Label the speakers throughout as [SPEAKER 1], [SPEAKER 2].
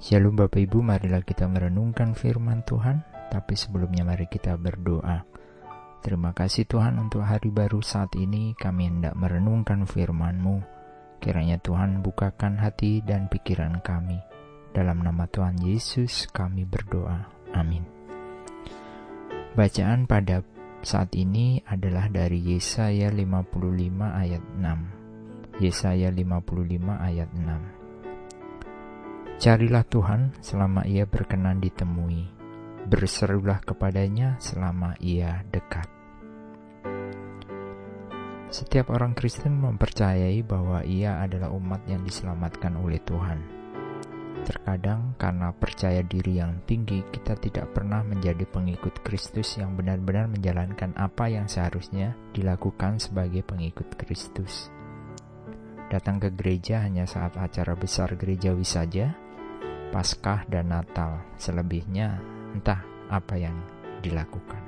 [SPEAKER 1] Shalom Bapak Ibu, marilah kita merenungkan firman Tuhan. Tapi sebelumnya mari kita berdoa. Terima kasih Tuhan untuk hari baru saat ini kami hendak merenungkan firman-Mu. Kiranya Tuhan bukakan hati dan pikiran kami. Dalam nama Tuhan Yesus kami berdoa. Amin. Bacaan pada saat ini adalah dari Yesaya 55 ayat 6. Yesaya 55 ayat 6. Carilah Tuhan selama Ia berkenan ditemui. Berserulah kepadanya selama Ia dekat. Setiap orang Kristen mempercayai bahwa ia adalah umat yang diselamatkan oleh Tuhan. Terkadang karena percaya diri yang tinggi, kita tidak pernah menjadi pengikut Kristus yang benar-benar menjalankan apa yang seharusnya dilakukan sebagai pengikut Kristus. Datang ke gereja hanya saat acara besar gerejawi saja, Paskah dan Natal, selebihnya entah apa yang dilakukan.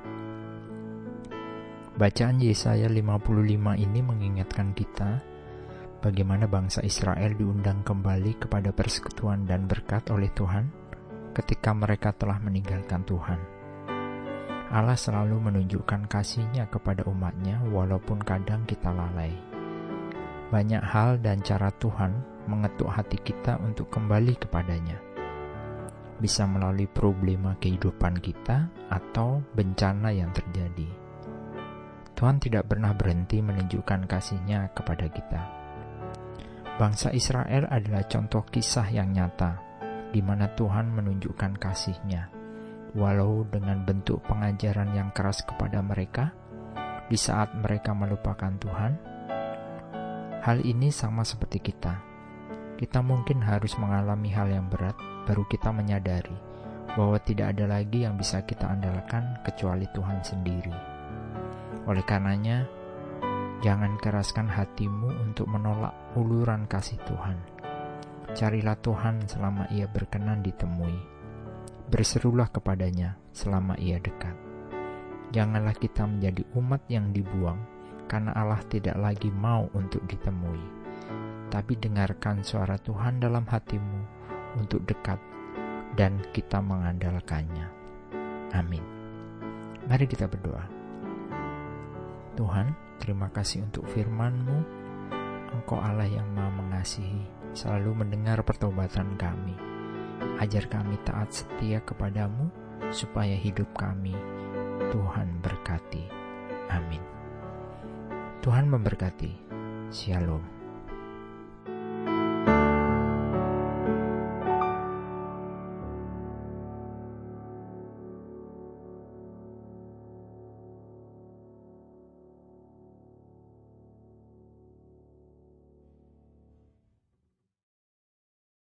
[SPEAKER 1] Bacaan Yesaya 55 ini mengingatkan kita bagaimana bangsa Israel diundang kembali kepada persekutuan dan berkat oleh Tuhan ketika mereka telah meninggalkan Tuhan. Allah selalu menunjukkan kasih-Nya kepada umat-Nya walaupun kadang kita lalai. Banyak hal dan cara Tuhan mengetuk hati kita untuk kembali kepadanya. Bisa melalui problema kehidupan kita atau bencana yang terjadi. Tuhan tidak pernah berhenti menunjukkan kasih-Nya kepada kita. Bangsa Israel adalah contoh kisah yang nyata, di mana Tuhan menunjukkan kasih-Nya, walau dengan bentuk pengajaran yang keras kepada mereka, di saat mereka melupakan Tuhan. Hal ini sama seperti kita. Kita mungkin harus mengalami hal yang berat, baru kita menyadari bahwa tidak ada lagi yang bisa kita andalkan kecuali Tuhan sendiri. Oleh karenanya, jangan keraskan hatimu untuk menolak uluran kasih Tuhan. Carilah Tuhan selama Ia berkenan ditemui. Berserulah kepadanya selama Ia dekat. Janganlah kita menjadi umat yang dibuang karena Allah tidak lagi mau untuk ditemui. Tapi dengarkan suara Tuhan dalam hatimu untuk dekat dan kita mengandalkannya. Amin. Mari kita berdoa. Tuhan, terima kasih untuk firman-Mu. Engkau Allah yang Maha Mengasihi, selalu mendengar pertobatan kami. Ajar kami taat setia kepadamu, supaya hidup kami Tuhan berkati. Amin. Tuhan memberkati. Shalom.